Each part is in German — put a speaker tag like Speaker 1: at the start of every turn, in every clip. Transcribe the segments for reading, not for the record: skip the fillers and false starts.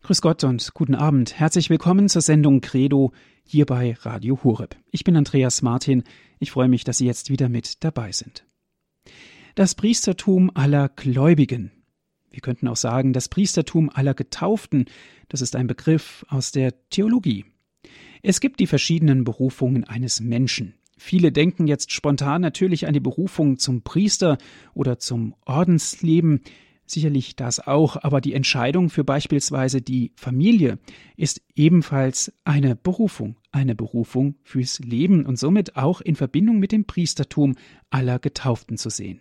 Speaker 1: Grüß Gott und guten Abend. Herzlich willkommen zur Sendung Credo hier bei Radio Horeb. Ich bin Andreas Martin. Ich freue mich, dass Sie jetzt wieder mit dabei sind. Das Priestertum aller Gläubigen. Wir könnten auch sagen, das Priestertum aller Getauften. Das ist ein Begriff aus der Theologie. Es gibt die verschiedenen Berufungen eines Menschen. Viele denken jetzt spontan natürlich an die Berufung zum Priester oder zum Ordensleben. Sicherlich das auch, aber die Entscheidung für beispielsweise die Familie ist ebenfalls eine Berufung fürs Leben und somit auch in Verbindung mit dem Priestertum aller Getauften zu sehen.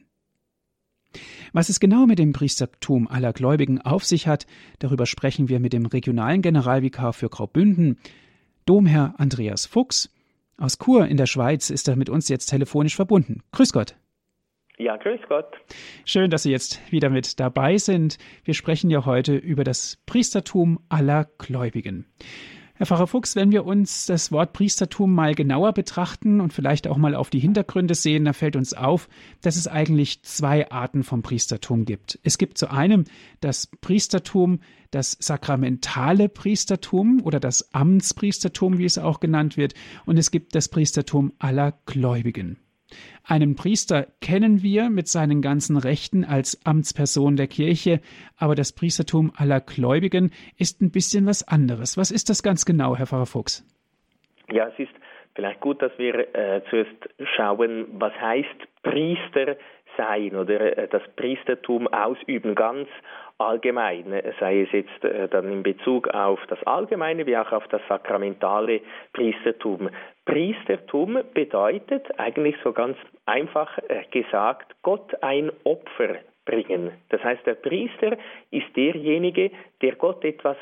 Speaker 1: Was es genau mit dem Priestertum aller Gläubigen auf sich hat, darüber sprechen wir mit dem regionalen Generalvikar für Graubünden, Domherr Andreas Fuchs. Aus Chur in der Schweiz ist er mit uns jetzt telefonisch verbunden. Grüß Gott.
Speaker 2: Ja, grüß Gott.
Speaker 1: Schön, dass Sie jetzt wieder mit dabei sind. Wir sprechen ja heute über das Priestertum aller Gläubigen. Herr Pfarrer Fuchs, wenn wir uns das Wort Priestertum mal genauer betrachten und vielleicht auch mal auf die Hintergründe sehen, da fällt uns auf, dass es eigentlich zwei Arten vom Priestertum gibt. Es gibt zu einem das Priestertum, das sakramentale Priestertum oder das Amtspriestertum, wie es auch genannt wird, und es gibt das Priestertum aller Gläubigen. Einen Priester kennen wir mit seinen ganzen Rechten als Amtsperson der Kirche, aber das Priestertum aller Gläubigen ist ein bisschen was anderes. Was ist das ganz genau, Herr Pfarrer Fuchs?
Speaker 2: Ja, es ist vielleicht gut, dass wir zuerst schauen, was heißt Priester sein oder das Priestertum ausüben, ganz allgemein, sei es jetzt dann in Bezug auf das Allgemeine wie auch auf das sakramentale Priestertum. Priestertum bedeutet eigentlich so ganz einfach gesagt, Gott ein Opfer bringen. Das heißt, der Priester ist derjenige, der Gott etwas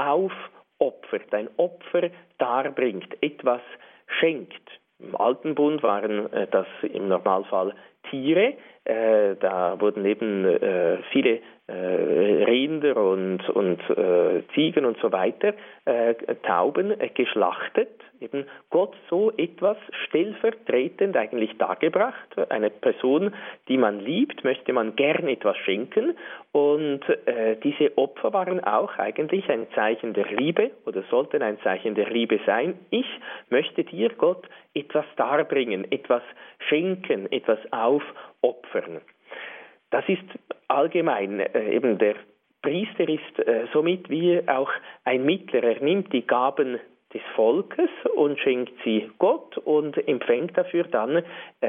Speaker 2: aufopfert, ein Opfer darbringt, etwas schenkt. Im Alten Bund waren das im Normalfall Tiere, da wurden eben viele Rinder und Ziegen und so weiter, Tauben geschlachtet, eben Gott so etwas stellvertretend eigentlich dargebracht. Eine Person, die man liebt, möchte man gern etwas schenken und diese Opfer waren auch eigentlich ein Zeichen der Liebe oder sollten ein Zeichen der Liebe sein. Ich möchte dir, Gott, etwas darbringen, etwas schenken, etwas aufopfern. Das ist allgemein, eben der Priester ist somit wie auch ein Mittler. Er nimmt die Gaben des Volkes und schenkt sie Gott und empfängt dafür dann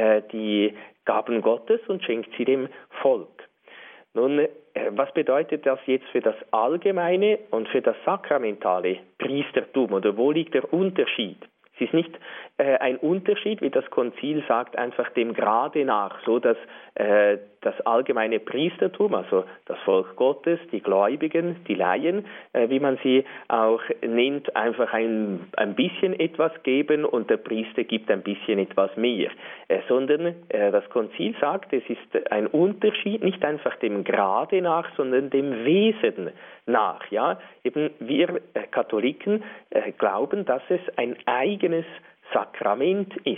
Speaker 2: die Gaben Gottes und schenkt sie dem Volk. Nun, was bedeutet das jetzt für das allgemeine und für das sakramentale Priestertum oder wo liegt der Unterschied? Es ist nicht ein Unterschied, wie das Konzil sagt, einfach dem Grade nach, so dass das allgemeine Priestertum, also das Volk Gottes, die Gläubigen, die Laien, wie man sie auch nennt, einfach ein bisschen etwas geben und der Priester gibt ein bisschen etwas mehr. Sondern das Konzil sagt, es ist ein Unterschied, nicht einfach dem Grade nach, sondern dem Wesen nach. Ja? Eben wir Katholiken glauben, dass es ein eigenes Sakrament ist.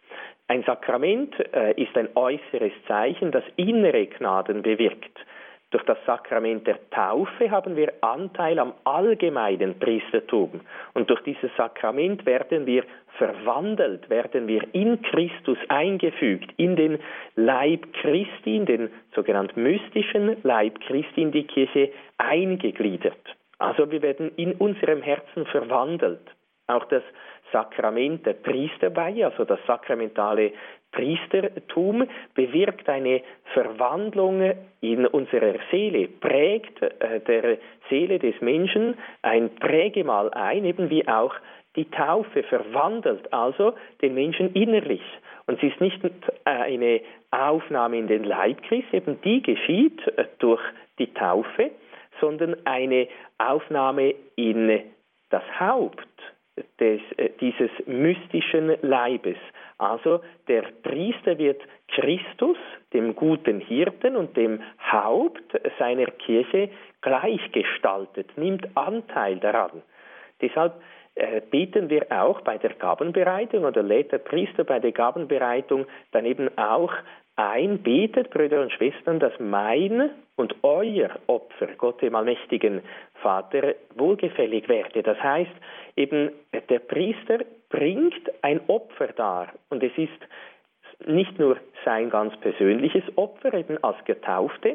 Speaker 2: Ein Sakrament ist ein äußeres Zeichen, das innere Gnaden bewirkt. Durch das Sakrament der Taufe haben wir Anteil am allgemeinen Priestertum. Und durch dieses Sakrament werden wir verwandelt, werden wir in Christus eingefügt, in den Leib Christi, in den sogenannten mystischen Leib Christi, in die Kirche eingegliedert. Also wir werden in unserem Herzen verwandelt. Auch das Sakrament der Priesterweihe, also das sakramentale Priestertum, bewirkt eine Verwandlung in unserer Seele, prägt der Seele des Menschen ein Prägemal ein, eben wie auch die Taufe verwandelt also den Menschen innerlich. Und es ist nicht eine Aufnahme in den Leib Christi, eben die geschieht durch die Taufe, sondern eine Aufnahme in das Haupt dieses mystischen Leibes. Also der Priester wird Christus, dem guten Hirten und dem Haupt seiner Kirche gleichgestaltet, nimmt Anteil daran. Deshalb beten wir auch bei der Gabenbereitung oder lädt der Priester bei der Gabenbereitung dann eben auch ein, betet, Brüder und Schwestern, dass mein und euer Opfer, Gott dem allmächtigen Vater, wohlgefällig werde. Das heißt, eben der Priester bringt ein Opfer dar und es ist nicht nur sein ganz persönliches Opfer, eben als Getaufter,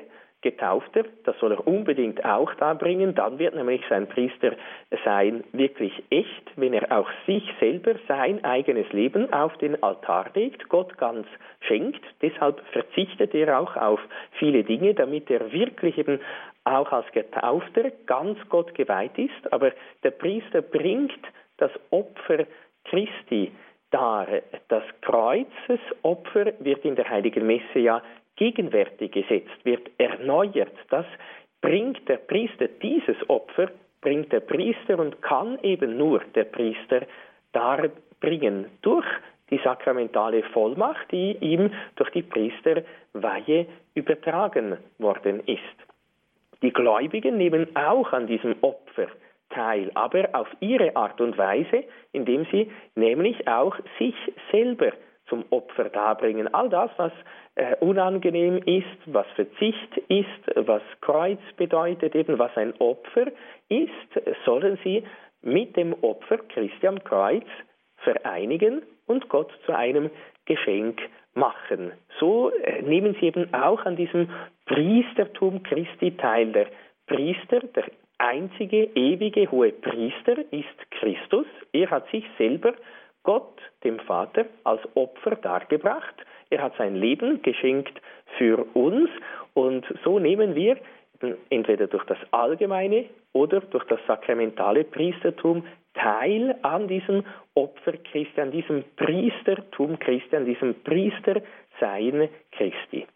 Speaker 2: das soll er unbedingt auch darbringen, dann wird nämlich sein Priestersein wirklich echt, wenn er auch sich selber, sein eigenes Leben auf den Altar legt, Gott ganz schenkt, deshalb verzichtet er auch auf viele Dinge, damit er wirklich eben auch als Getaufter ganz Gott geweiht ist, aber der Priester bringt das Opfer Christi dar. Das Kreuzesopfer wird in der Heiligen Messe ja gegenwärtig gesetzt, wird erneuert. Das bringt der Priester, dieses Opfer bringt der Priester und kann eben nur der Priester darbringen durch die sakramentale Vollmacht, die ihm durch die Priesterweihe übertragen worden ist. Die Gläubigen nehmen auch an diesem Opfer teil, aber auf ihre Art und Weise, indem sie nämlich auch sich selber zum Opfer darbringen. All das, was unangenehm ist, was Verzicht ist, was Kreuz bedeutet, eben was ein Opfer ist, sollen sie mit dem Opfer Christi am Kreuz vereinigen und Gott zu einem Geschenk machen. So nehmen sie eben auch an diesem Priestertum Christi teil. Der Priester, der einzige ewige hohe Priester ist Christus. Er hat sich selber Gott, dem Vater, als Opfer dargebracht. Er hat sein Leben geschenkt für uns und so nehmen wir entweder durch das allgemeine oder durch das sakramentale Priestertum teil an diesem Opfer Christi, an diesem Priestertum Christi, an diesem Priestersein Christi.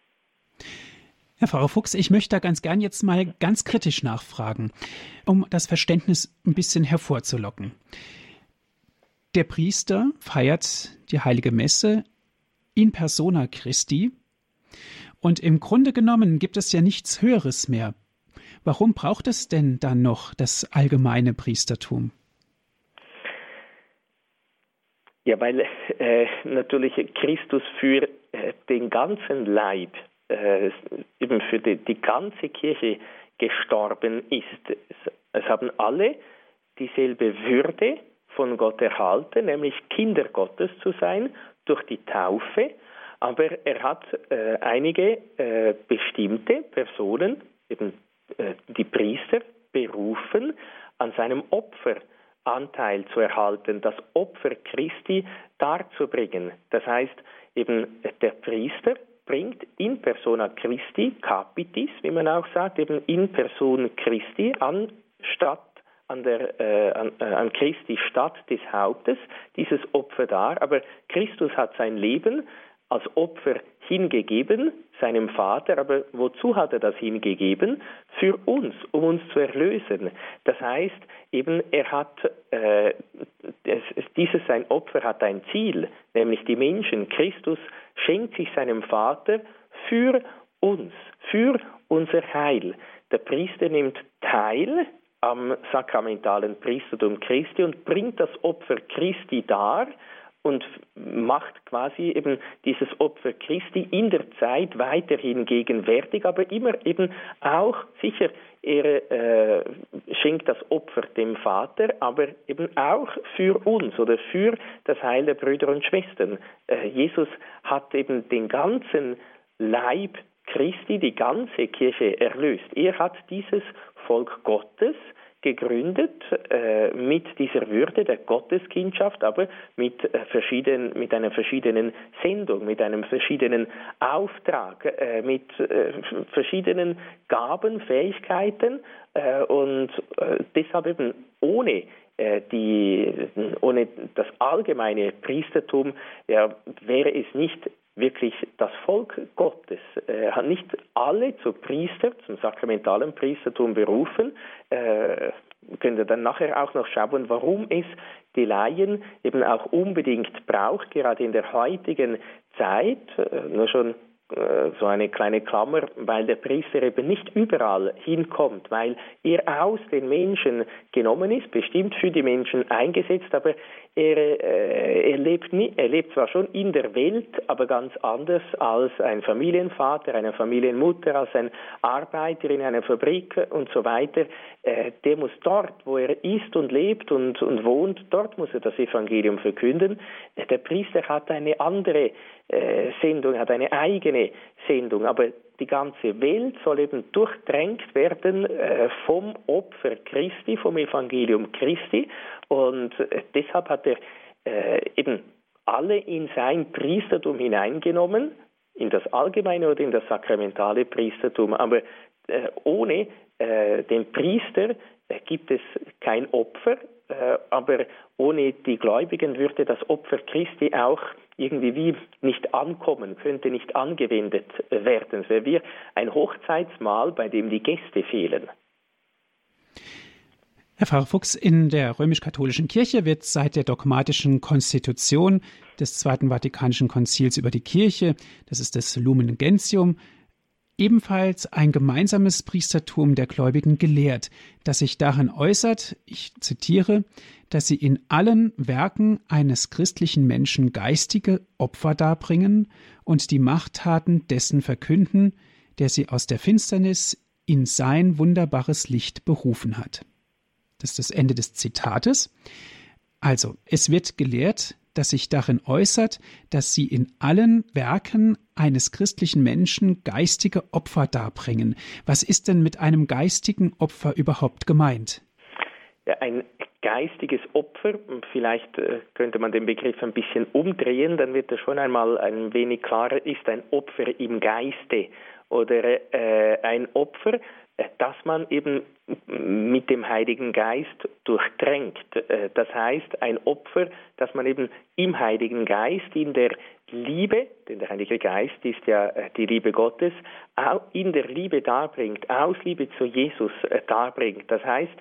Speaker 1: Herr Pfarrer Fuchs, ich möchte da ganz gern jetzt mal ganz kritisch nachfragen, um das Verständnis ein bisschen hervorzulocken. Der Priester feiert die Heilige Messe in persona Christi und im Grunde genommen gibt es ja nichts Höheres mehr. Warum braucht es denn dann noch das allgemeine Priestertum?
Speaker 2: Ja, weil natürlich Christus für den ganzen Leib, eben für die ganze Kirche gestorben ist. Es haben alle dieselbe Würde von Gott erhalten, nämlich Kinder Gottes zu sein durch die Taufe, aber er hat einige bestimmte Personen, eben die Priester, berufen, an seinem Opfer Anteil zu erhalten, das Opfer Christi darzubringen. Das heißt, eben der Priester bringt in persona Christi, capitis, wie man auch sagt, eben in Person Christi an Christi statt des Hauptes dieses Opfer dar. Aber Christus hat sein Leben als Opfer hingegeben, seinem Vater, aber wozu hat er das hingegeben? Für uns, um uns zu erlösen. Das heißt, eben dieses sein Opfer hat ein Ziel, nämlich die Menschen. Christus schenkt sich seinem Vater für uns, für unser Heil. Der Priester nimmt teil am sakramentalen Priestertum Christi und bringt das Opfer Christi dar und macht quasi eben dieses Opfer Christi in der Zeit weiterhin gegenwärtig, aber immer eben auch, sicher, er schenkt das Opfer dem Vater, aber eben auch für uns oder für das Heil der Brüder und Schwestern. Jesus hat eben den ganzen Leib Christi, die ganze Kirche erlöst. Er hat dieses Volk Gottes gegründet mit dieser Würde der Gotteskindschaft, aber mit einer verschiedenen Sendung, mit einem verschiedenen Auftrag, mit verschiedenen Gaben, Fähigkeiten und deshalb eben ohne das allgemeine Priestertum wäre es nicht wirklich das Volk Gottes. Hat nicht alle zum sakramentalen Priestertum berufen. Könnt ihr dann nachher auch noch schauen, warum es die Laien eben auch unbedingt braucht, gerade in der heutigen Zeit. Nur schon so eine kleine Klammer, weil der Priester eben nicht überall hinkommt, weil er aus den Menschen genommen ist, bestimmt für die Menschen eingesetzt, aber er lebt zwar schon in der Welt, aber ganz anders als ein Familienvater, eine Familienmutter, als ein Arbeiter in einer Fabrik und so weiter. Der muss dort, wo er ist und lebt und wohnt, dort muss er das Evangelium verkünden. Der Priester hat eine andere Sendung, hat eine eigene Sendung, aber die ganze Welt soll eben durchdrängt werden vom Opfer Christi, vom Evangelium Christi, und deshalb hat er eben alle in sein Priestertum hineingenommen, in das allgemeine oder in das sakramentale Priestertum, aber ohne den Priester gibt es kein Opfer, aber ohne die Gläubigen würde das Opfer Christi auch irgendwie wie nicht ankommen, könnte nicht angewendet werden. Es wäre wie ein Hochzeitsmahl, bei dem die Gäste fehlen.
Speaker 1: Herr Pfarrer Fuchs, in der römisch-katholischen Kirche wird seit der dogmatischen Konstitution des Zweiten Vatikanischen Konzils über die Kirche, das ist das Lumen Gentium, ebenfalls ein gemeinsames Priestertum der Gläubigen gelehrt, das sich darin äußert, ich zitiere, dass sie in allen Werken eines christlichen Menschen geistige Opfer darbringen und die Machttaten dessen verkünden, der sie aus der Finsternis in sein wunderbares Licht berufen hat. Das ist das Ende des Zitates. Also, es wird gelehrt, das sich darin äußert, dass sie in allen Werken eines christlichen Menschen geistige Opfer darbringen. Was ist denn mit einem geistigen Opfer überhaupt gemeint?
Speaker 2: Ja, ein geistiges Opfer, vielleicht könnte man den Begriff ein bisschen umdrehen, dann wird das schon einmal ein wenig klarer, ist ein Opfer im Geiste oder ein Opfer, dass man eben mit dem Heiligen Geist durchdrängt. Das heißt, ein Opfer, dass man eben im Heiligen Geist, in der Liebe, denn der Heilige Geist ist ja die Liebe Gottes, auch in der Liebe darbringt, aus Liebe zu Jesus darbringt. Das heißt,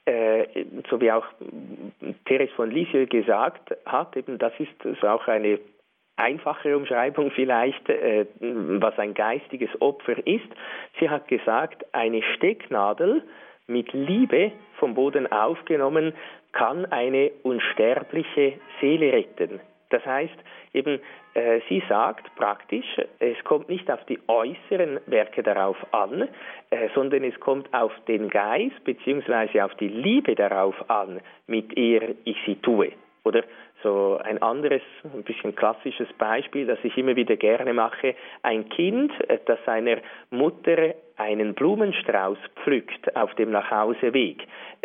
Speaker 2: so wie auch Therese von Lisieux gesagt hat, eben das ist so auch eine einfache Umschreibung vielleicht, was ein geistiges Opfer ist. Sie hat gesagt, eine Stecknadel mit Liebe vom Boden aufgenommen kann eine unsterbliche Seele retten. Das heißt, eben, sie sagt praktisch, es kommt nicht auf die äußeren Werke darauf an, sondern es kommt auf den Geist bzw. auf die Liebe darauf an, mit der ich sie tue. Oder so ein anderes, ein bisschen klassisches Beispiel, das ich immer wieder gerne mache, ein Kind, das seiner Mutter einen Blumenstrauß pflückt auf dem Nachhauseweg.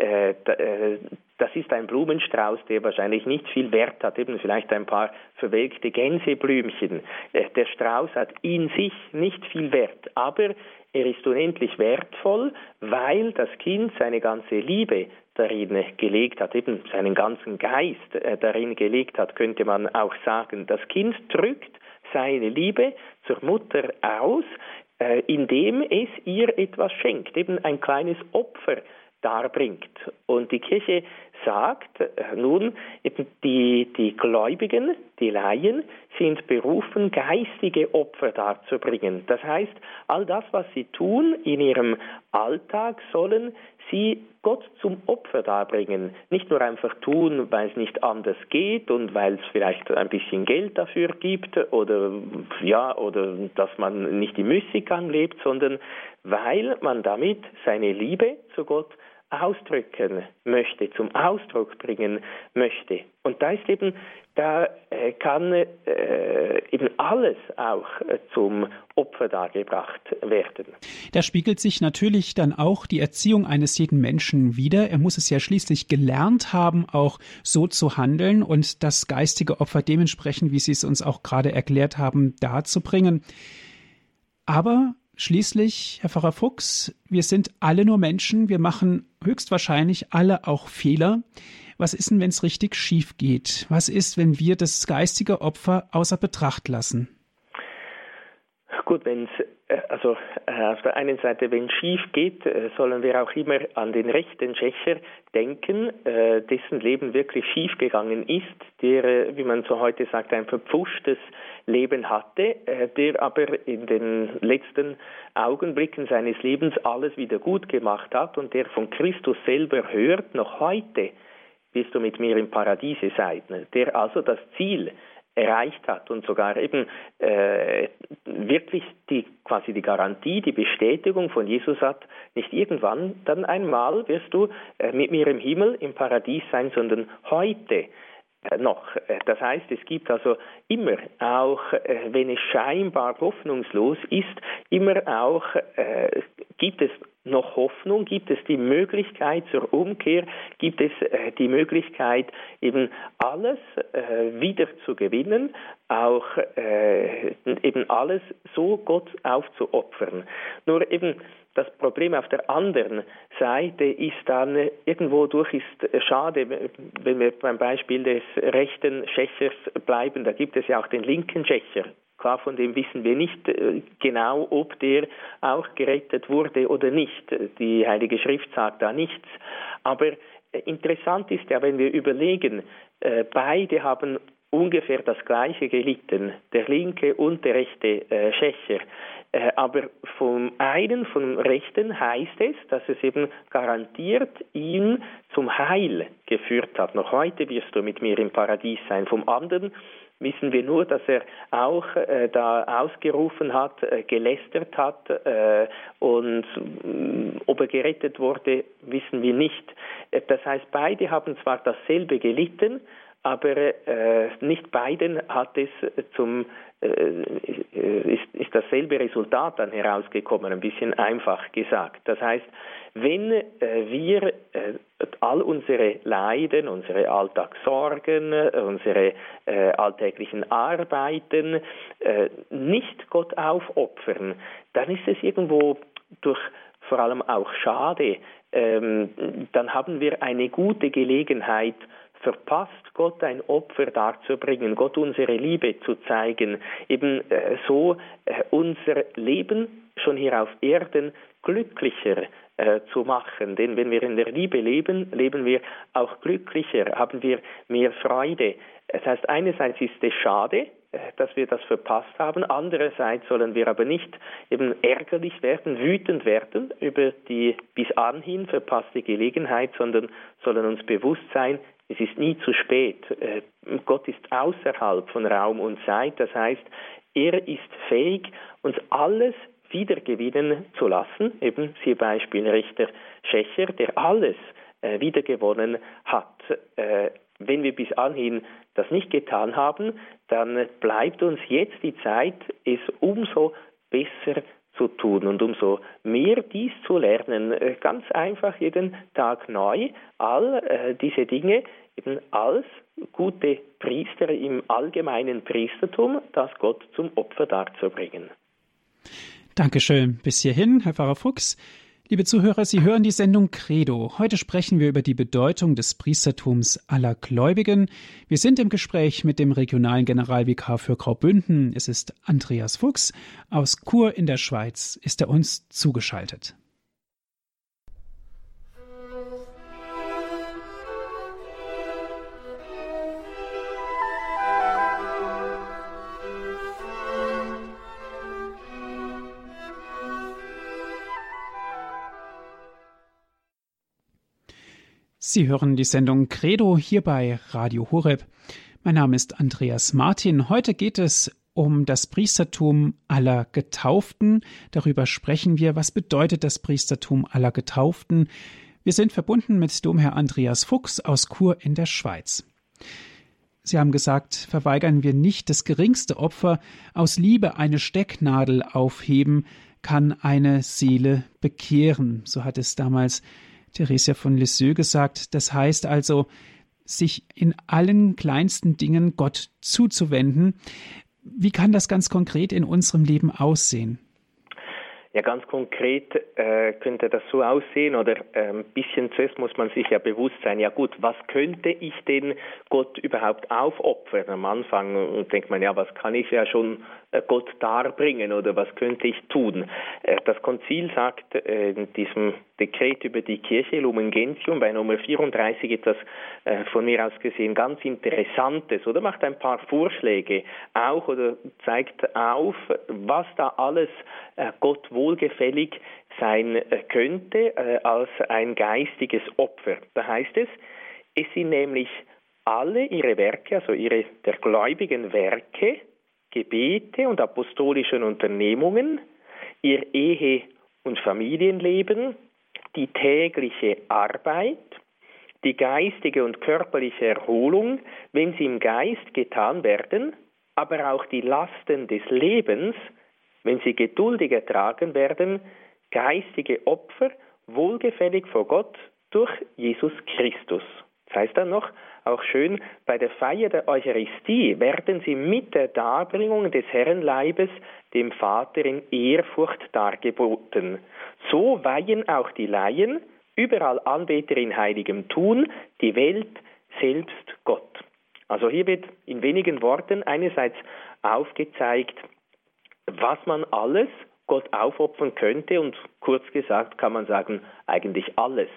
Speaker 2: Das ist ein Blumenstrauß, der wahrscheinlich nicht viel Wert hat, eben vielleicht ein paar verwelkte Gänseblümchen. Der Strauß hat in sich nicht viel Wert, aber er ist unendlich wertvoll, weil das Kind seine ganze Liebe darin gelegt hat, eben seinen ganzen Geist darin gelegt hat, könnte man auch sagen. Das Kind drückt seine Liebe zur Mutter aus, indem es ihr etwas schenkt, eben ein kleines Opfer darbringt. Und die Kirche sagt nun, eben die Gläubigen, die Laien, sind berufen, geistige Opfer darzubringen. Das heißt, all das, was sie tun in ihrem Alltag, sollen sie Gott zum Opfer darbringen. Nicht nur einfach tun, weil es nicht anders geht und weil es vielleicht ein bisschen Geld dafür gibt oder dass man nicht im Müßiggang lebt, sondern weil man damit seine Liebe zu Gott ausdrücken möchte, zum Ausdruck bringen möchte. Und da ist eben, kann eben alles auch zum Opfer dargebracht werden.
Speaker 1: Da spiegelt sich natürlich dann auch die Erziehung eines jeden Menschen wider. Er muss es ja schließlich gelernt haben, auch so zu handeln und das geistige Opfer dementsprechend, wie Sie es uns auch gerade erklärt haben, darzubringen. Aber schließlich, Herr Pfarrer Fuchs, wir sind alle nur Menschen, wir machen höchstwahrscheinlich alle auch Fehler. Was ist denn, wenn es richtig schief geht? Was ist, wenn wir das geistige Opfer außer Betracht lassen?
Speaker 2: Gut, wenn es auf der einen Seite, wenn es schief geht, sollen wir auch immer an den rechten Schächer denken, dessen Leben wirklich schief gegangen ist, der, wie man so heute sagt, ein verpfuschtes Leben hatte, der aber in den letzten Augenblicken seines Lebens alles wieder gut gemacht hat und der von Christus selber hört, noch heute wirst du mit mir im Paradiese sein, der also das Ziel erreicht hat und sogar eben wirklich quasi die Garantie, die Bestätigung von Jesus hat, nicht irgendwann, dann einmal wirst du mit mir im Himmel, im Paradies sein, sondern heute noch. Das heißt, es gibt also immer, auch wenn es scheinbar hoffnungslos ist, immer auch gibt es noch Hoffnung, gibt es die Möglichkeit zur Umkehr, gibt es die Möglichkeit, eben alles wieder zu gewinnen, auch eben alles so Gott aufzuopfern. Nur eben das Problem auf der anderen Seite ist dann irgendwo durch ist schade, wenn wir beim Beispiel des rechten Schächers bleiben, da gibt es ja auch den linken Schächer. Klar, von dem wissen wir nicht genau, ob der auch gerettet wurde oder nicht. Die Heilige Schrift sagt da nichts. Aber interessant ist ja, wenn wir überlegen, beide haben ungefähr das Gleiche gelitten, der linke und der rechte Schächer. Aber vom einen, vom Rechten heißt es, dass es eben garantiert ihn zum Heil geführt hat. Noch heute wirst du mit mir im Paradies sein. Vom anderen wissen wir nur, dass er auch da ausgerufen hat, gelästert hat und ob er gerettet wurde, wissen wir nicht. Das heißt, beide haben zwar dasselbe gelitten, aber nicht beiden hat es ist dasselbe Resultat dann herausgekommen, ein bisschen einfach gesagt. Das heißt, wenn wir all unsere Leiden, unsere Alltagssorgen, unsere alltäglichen Arbeiten nicht Gott aufopfern, dann ist es irgendwo vor allem auch schade. Dann haben wir eine gute Gelegenheit verpasst, Gott ein Opfer darzubringen, Gott unsere Liebe zu zeigen, eben so unser Leben schon hier auf Erden glücklicher zu machen. Denn wenn wir in der Liebe leben, leben wir auch glücklicher, haben wir mehr Freude. Das heißt, einerseits ist es schade, dass wir das verpasst haben, andererseits sollen wir aber nicht eben ärgerlich werden, wütend werden über die bis anhin verpasste Gelegenheit, sondern sollen uns bewusst sein, es ist nie zu spät. Gott ist außerhalb von Raum und Zeit. Das heißt, er ist fähig, uns alles wiedergewinnen zu lassen. Eben, siehe Beispiel rechter Schächer, der alles wiedergewonnen hat. Wenn wir bis anhin das nicht getan haben, dann bleibt uns jetzt die Zeit, es umso besser zu tun und umso mehr dies zu lernen, ganz einfach jeden Tag neu, all diese Dinge eben als gute Priester im allgemeinen Priestertum, das Gott zum Opfer darzubringen.
Speaker 1: Dankeschön. Bis hierhin, Herr Pfarrer Fuchs. Liebe Zuhörer, Sie hören die Sendung Credo. Heute sprechen wir über die Bedeutung des Priestertums aller Gläubigen. Wir sind im Gespräch mit dem regionalen Generalvikar für Graubünden. Es ist Andreas Fuchs. Aus Chur in der Schweiz ist er uns zugeschaltet. Sie hören die Sendung Credo hier bei Radio Horeb. Mein Name ist Andreas Martin. Heute geht es um das Priestertum aller Getauften. Darüber sprechen wir. Was bedeutet das Priestertum aller Getauften? Wir sind verbunden mit Domherr Andreas Fuchs aus Chur in der Schweiz. Sie haben gesagt, verweigern wir nicht das geringste Opfer. Aus Liebe eine Stecknadel aufheben, kann eine Seele bekehren. So hat es damals Theresia von Lisieux gesagt. Das heißt also, sich in allen kleinsten Dingen Gott zuzuwenden. Wie kann das ganz konkret in unserem Leben aussehen?
Speaker 2: Ja, ganz konkret könnte das so aussehen oder ein bisschen zuerst muss man sich ja bewusst sein, ja gut, was könnte ich denn Gott überhaupt aufopfern? Am Anfang denkt man, ja, was kann ich ja schon Gott darbringen oder was könnte ich tun? Das Konzil sagt in diesem Dekret über die Kirche, Lumen Gentium, bei Nummer 34 etwas von mir aus gesehen ganz Interessantes oder macht ein paar Vorschläge auch oder zeigt auf, was da alles Gott wohlgefällig sein könnte als ein geistiges Opfer. Da heißt es sind nämlich alle ihre Werke, also der gläubigen Werke, Gebete und apostolischen Unternehmungen, ihr Ehe- und Familienleben, die tägliche Arbeit, die geistige und körperliche Erholung, wenn sie im Geist getan werden, aber auch die Lasten des Lebens, wenn sie geduldig ertragen werden, geistige Opfer, wohlgefällig vor Gott durch Jesus Christus. Das heißt dann noch, auch schön, bei der Feier der Eucharistie werden sie mit der Darbringung des Herrenleibes dem Vater in Ehrfurcht dargeboten. So weihen auch die Laien, überall Anbeter in heiligem Tun, die Welt selbst Gott. Also hier wird in wenigen Worten einerseits aufgezeigt, was man alles Gott aufopfern könnte und kurz gesagt kann man sagen, eigentlich alles.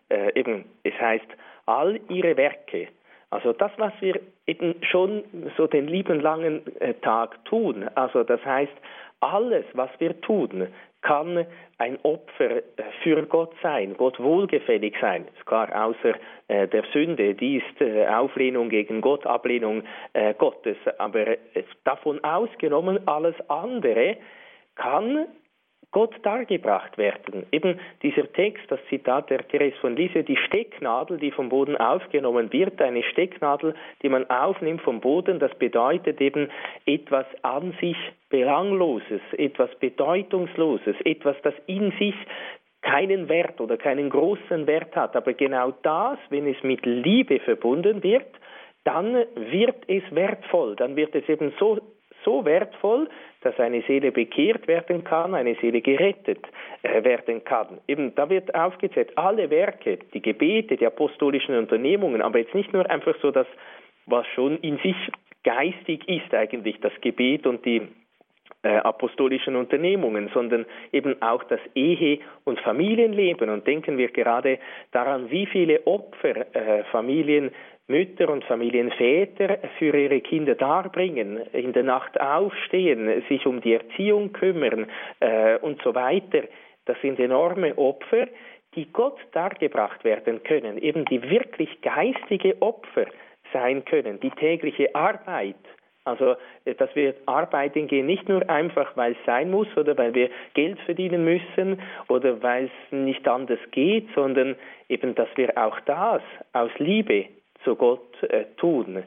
Speaker 2: Es heißt, all ihre Werke, also das, was wir eben schon so den lieben langen Tag tun, also das heißt, alles, was wir tun, kann ein Opfer für Gott sein, Gott wohlgefällig sein. Klar, außer der Sünde, die ist Auflehnung gegen Gott, Ablehnung Gottes. Aber davon ausgenommen, alles andere kann Gott dargebracht werden. Eben dieser Text, das Zitat der Therese von Lisieux, die Stecknadel, die vom Boden aufgenommen wird, eine Stecknadel, die man aufnimmt vom Boden, das bedeutet eben etwas an sich Belangloses, etwas Bedeutungsloses, etwas, das in sich keinen Wert oder keinen großen Wert hat. Aber genau das, wenn es mit Liebe verbunden wird, dann wird es wertvoll, dann wird es eben so wertvoll, dass eine Seele bekehrt werden kann, eine Seele gerettet werden kann. Eben, da wird aufgezählt, alle Werke, die Gebete, die apostolischen Unternehmungen, aber jetzt nicht nur einfach so das, was schon in sich geistig ist eigentlich, das Gebet und die apostolischen Unternehmungen, sondern eben auch das Ehe- und Familienleben. Und denken wir gerade daran, wie viele Opfer Familienmütter und Familienväter für ihre Kinder darbringen, in der Nacht aufstehen, sich um die Erziehung kümmern und so weiter. Das sind enorme Opfer, die Gott dargebracht werden können, eben die wirklich geistige Opfer sein können, die tägliche Arbeit. Also, dass wir arbeiten gehen, nicht nur einfach, weil es sein muss oder weil wir Geld verdienen müssen oder weil es nicht anders geht, sondern eben, dass wir auch das aus Liebe zu Gott tun.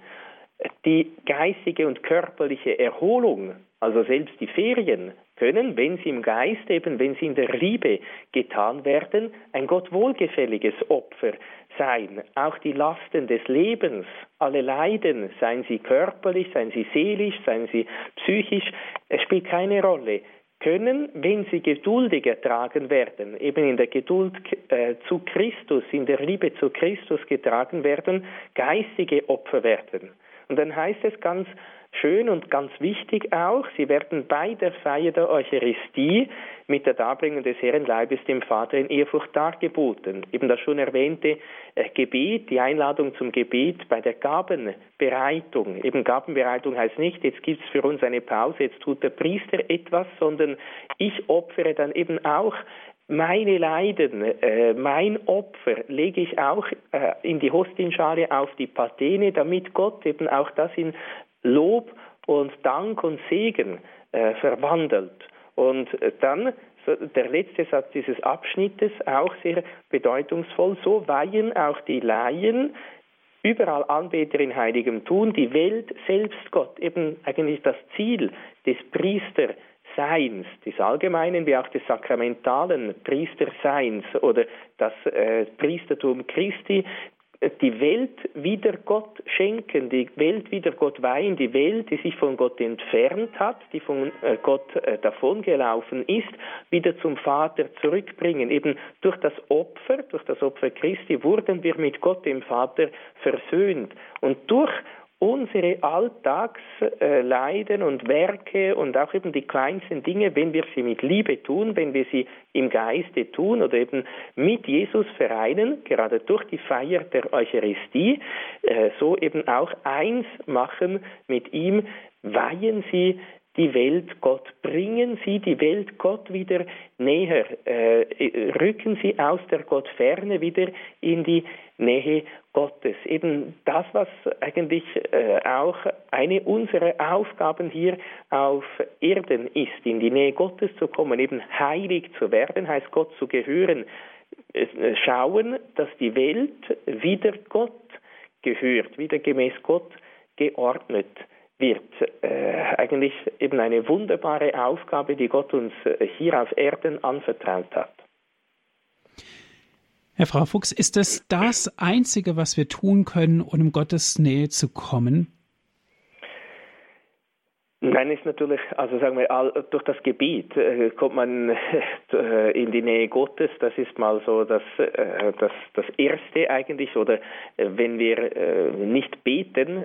Speaker 2: Die geistige und körperliche Erholung, also selbst die Ferien, können, wenn sie im Geist eben, wenn sie in der Liebe getan werden, ein Gott wohlgefälliges Opfer sein. Auch die Lasten des Lebens, alle Leiden, seien sie körperlich, seien sie seelisch, seien sie psychisch, es spielt keine Rolle, können, wenn sie geduldig ertragen werden, eben in der Geduld zu Christus, in der Liebe zu Christus getragen werden, geistige Opfer werden. Und dann heißt es ganz schön und ganz wichtig auch, sie werden bei der Feier der Eucharistie mit der Darbringung des Herrenleibes dem Vater in Ehrfurcht dargeboten. Eben das schon erwähnte Gebet, die Einladung zum Gebet bei der Gabenbereitung. Eben Gabenbereitung heißt nicht, jetzt gibt es für uns eine Pause, jetzt tut der Priester etwas, sondern ich opfere dann eben auch meine Leiden, mein Opfer lege ich auch in die Hostienschale auf die Patene, damit Gott eben auch das in Lob und Dank und Segen verwandelt. Und dann der letzte Satz dieses Abschnittes, auch sehr bedeutungsvoll, so weihen auch die Laien überall Anbeter in heiligem Tun, die Welt selbst Gott, eben eigentlich das Ziel des Priesterseins, des allgemeinen wie auch des sakramentalen Priesterseins oder das Priestertum Christi, die Welt wieder Gott schenken, die Welt wieder Gott weihen, die Welt, die sich von Gott entfernt hat, die von Gott davongelaufen ist, wieder zum Vater zurückbringen. Eben durch das Opfer Christi wurden wir mit Gott, dem Vater, versöhnt. Und durch unsere Alltagsleiden und Werke und auch eben die kleinsten Dinge, wenn wir sie mit Liebe tun, wenn wir sie im Geiste tun oder eben mit Jesus vereinen, gerade durch die Feier der Eucharistie, so eben auch eins machen mit ihm, weihen sie die Welt Gott, bringen sie die Welt Gott wieder näher, rücken sie aus der Gottferne wieder in die Nähe Gottes. Eben das, was eigentlich auch eine unserer Aufgaben hier auf Erden ist, in die Nähe Gottes zu kommen, eben heilig zu werden, heißt Gott zu gehören, schauen, dass die Welt wieder Gott gehört, wieder gemäß Gott geordnet wird. Eigentlich eben eine wunderbare Aufgabe, die Gott uns hier auf Erden anvertraut hat.
Speaker 1: Herr Frau Fuchs, ist es das Einzige, was wir tun können, um in Gottes Nähe zu kommen?
Speaker 2: Nein, ist natürlich, also sagen wir, durch das Gebet kommt man in die Nähe Gottes. Das ist mal so das Erste eigentlich. Oder wenn wir nicht beten,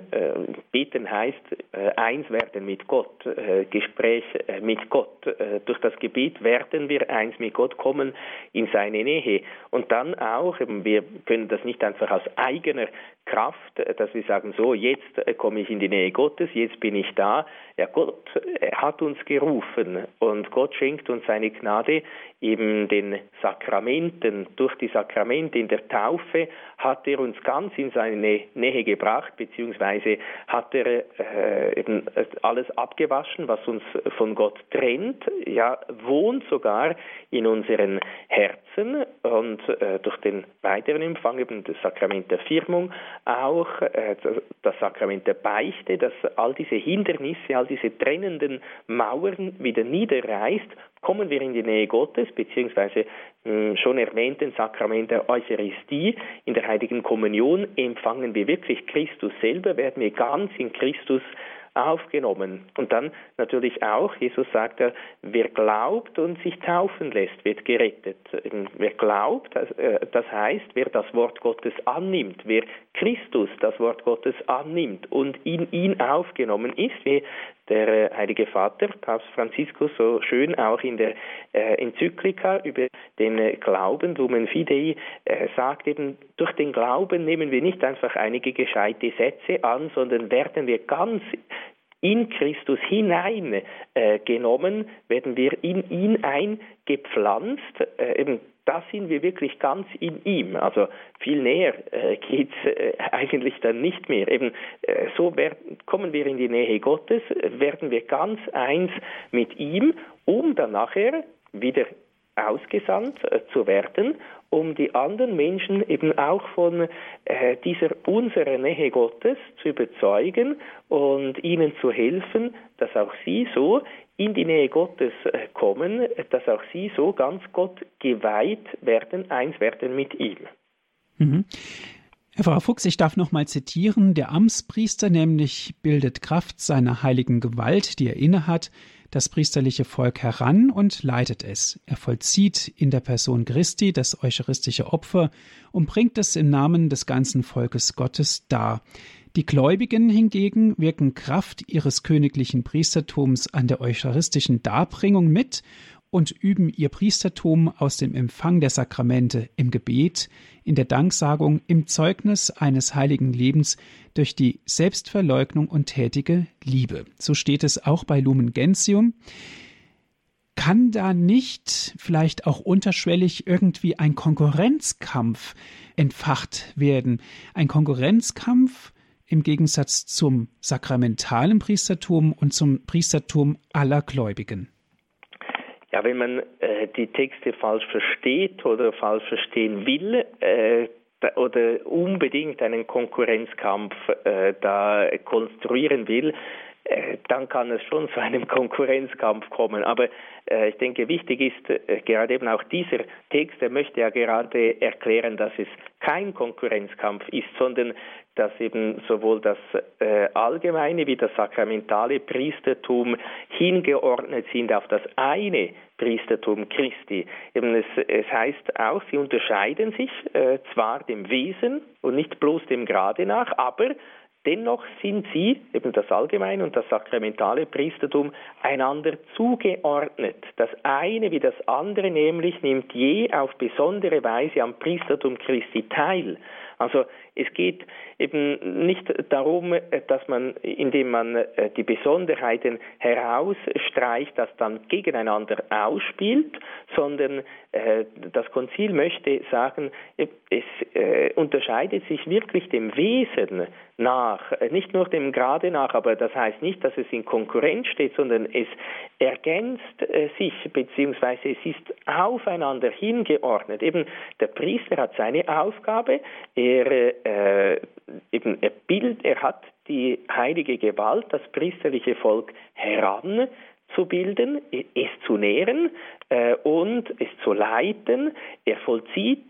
Speaker 2: beten heißt eins werden mit Gott, Gespräch mit Gott. Durch das Gebet werden wir eins mit Gott, kommen in seine Nähe. Und dann auch, wir können das nicht einfach aus eigener Kraft, dass wir sagen, so, jetzt komme ich in die Nähe Gottes, jetzt bin ich da. Ja, Gott hat uns gerufen und Gott schenkt uns seine Gnade eben den Sakramenten. Durch die Sakramente in der Taufe hat er uns ganz in seine Nähe gebracht, beziehungsweise hat er eben alles abgewaschen, was uns von Gott trennt, ja, wohnt sogar in unseren Herzen und durch den weiteren Empfang eben das Sakrament der Firmung, auch das Sakrament der Beichte, das all diese Hindernisse, all diese trennenden Mauern wieder niederreißt, kommen wir in die Nähe Gottes, beziehungsweise schon erwähnten Sakrament der Eucharistie. In der Heiligen Kommunion empfangen wir wirklich Christus selber, werden wir ganz in Christus aufgenommen. Und dann natürlich auch, Jesus sagt ja, wer glaubt und sich taufen lässt, wird gerettet. Wer glaubt, das heißt, wer das Wort Gottes annimmt, wer Christus, das Wort Gottes annimmt und in ihn aufgenommen ist, wie der Heilige Vater, Papst Franziskus, so schön auch in der Enzyklika über den Glauben, Lumen Fidei, sagt eben, durch den Glauben nehmen wir nicht einfach einige gescheite Sätze an, sondern werden wir ganz in Christus hinein genommen, werden wir in ihn eingepflanzt, eben da sind wir wirklich ganz in ihm. Also viel näher geht's eigentlich dann nicht mehr. Eben so kommen wir in die Nähe Gottes, werden wir ganz eins mit ihm, um dann nachher wieder ausgesandt zu werden, um die anderen Menschen eben auch von dieser unserer Nähe Gottes zu überzeugen und ihnen zu helfen, dass auch sie so in die Nähe Gottes kommen, dass auch sie so ganz Gott geweiht werden, eins werden mit ihm.
Speaker 1: Mhm. Frau Fuchs, ich darf noch mal zitieren, der Amtspriester nämlich bildet Kraft seiner heiligen Gewalt, die er innehat, das priesterliche Volk heran und leitet es. Er vollzieht in der Person Christi das eucharistische Opfer und bringt es im Namen des ganzen Volkes Gottes dar. Die Gläubigen hingegen wirken Kraft ihres königlichen Priestertums an der eucharistischen Darbringung mit und üben ihr Priestertum aus dem Empfang der Sakramente im Gebet, in der Danksagung, im Zeugnis eines heiligen Lebens durch die Selbstverleugnung und tätige Liebe. So steht es auch bei Lumen Gentium. Kann da nicht vielleicht auch unterschwellig irgendwie ein Konkurrenzkampf entfacht werden? Ein Konkurrenzkampf im Gegensatz zum sakramentalen Priestertum und zum Priestertum aller Gläubigen?
Speaker 2: Ja, wenn man die Texte falsch versteht oder falsch verstehen will oder unbedingt einen Konkurrenzkampf da konstruieren will, dann kann es schon zu einem Konkurrenzkampf kommen. Aber ich denke, wichtig ist gerade eben auch dieser Text, der möchte ja gerade erklären, dass es kein Konkurrenzkampf ist, sondern dass eben sowohl das allgemeine wie das sakramentale Priestertum hingeordnet sind auf das eine Priestertum Christi. Eben es heißt auch, sie unterscheiden sich zwar dem Wesen und nicht bloß dem Grade nach, aber dennoch sind sie, eben das allgemeine und das sakramentale Priestertum, einander zugeordnet. Das eine wie das andere nämlich nimmt je auf besondere Weise am Priestertum Christi teil. Also es geht eben nicht darum, dass man, indem man die Besonderheiten herausstreicht, das dann gegeneinander ausspielt, sondern das Konzil möchte sagen, es unterscheidet sich wirklich dem Wesen nach, nicht nur dem Grade nach, aber das heißt nicht, dass es in Konkurrenz steht, sondern es ergänzt sich, beziehungsweise es ist aufeinander hingeordnet. Eben der Priester hat seine Aufgabe, er hat die heilige Gewalt, das priesterliche Volk heranzubilden, es zu nähren und es zu leiten. Er vollzieht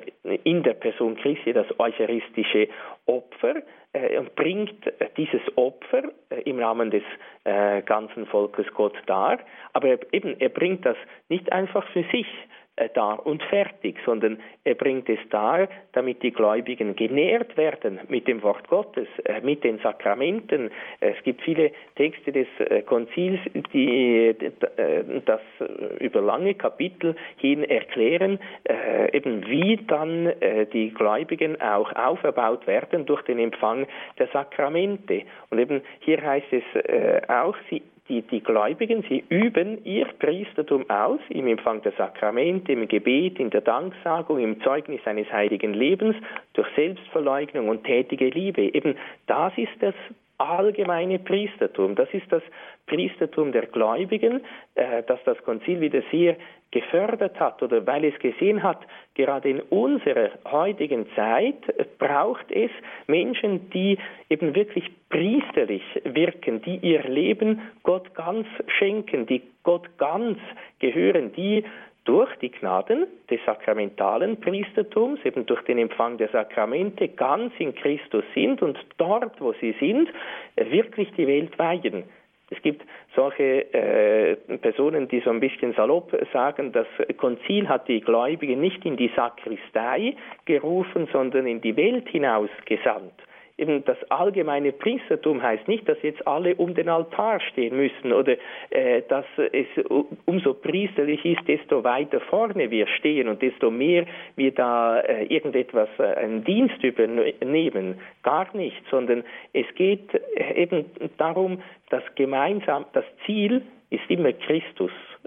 Speaker 2: in der Person Christi das eucharistische Opfer und bringt dieses Opfer im Rahmen des ganzen Volkes Gott dar. Aber er bringt das nicht einfach für sich dar und fertig, sondern er bringt es dar, damit die Gläubigen genährt werden mit dem Wort Gottes, mit den Sakramenten. Es gibt viele Texte des Konzils, die das über lange Kapitel hin erklären, eben wie dann die Gläubigen auch auferbaut werden durch den Empfang der Sakramente. Und eben hier heißt es auch, die Gläubigen, sie üben ihr Priestertum aus im Empfang der Sakramente, im Gebet, in der Danksagung, im Zeugnis eines heiligen Lebens, durch Selbstverleugnung und tätige Liebe. Eben das ist das allgemeine Priestertum. Das ist das Priestertum der Gläubigen, das das Konzil wieder sehr gefördert hat oder weil es gesehen hat, gerade in unserer heutigen Zeit braucht es Menschen, die eben wirklich priesterlich wirken, die ihr Leben Gott ganz schenken, die Gott ganz gehören, die durch die Gnaden des sakramentalen Priestertums, eben durch den Empfang der Sakramente, ganz in Christus sind und dort, wo sie sind, wirklich die Welt weihen. Es gibt solche Personen, die so ein bisschen salopp sagen, das Konzil hat die Gläubigen nicht in die Sakristei gerufen, sondern in die Welt hinaus gesandt. Eben das allgemeine Priestertum heißt nicht, dass jetzt alle um den Altar stehen müssen oder dass es umso priesterlich ist, desto weiter vorne wir stehen und desto mehr wir da irgendetwas, einen Dienst übernehmen. Gar nicht, sondern es geht eben darum, dass gemeinsam, das Ziel ist immer Christus.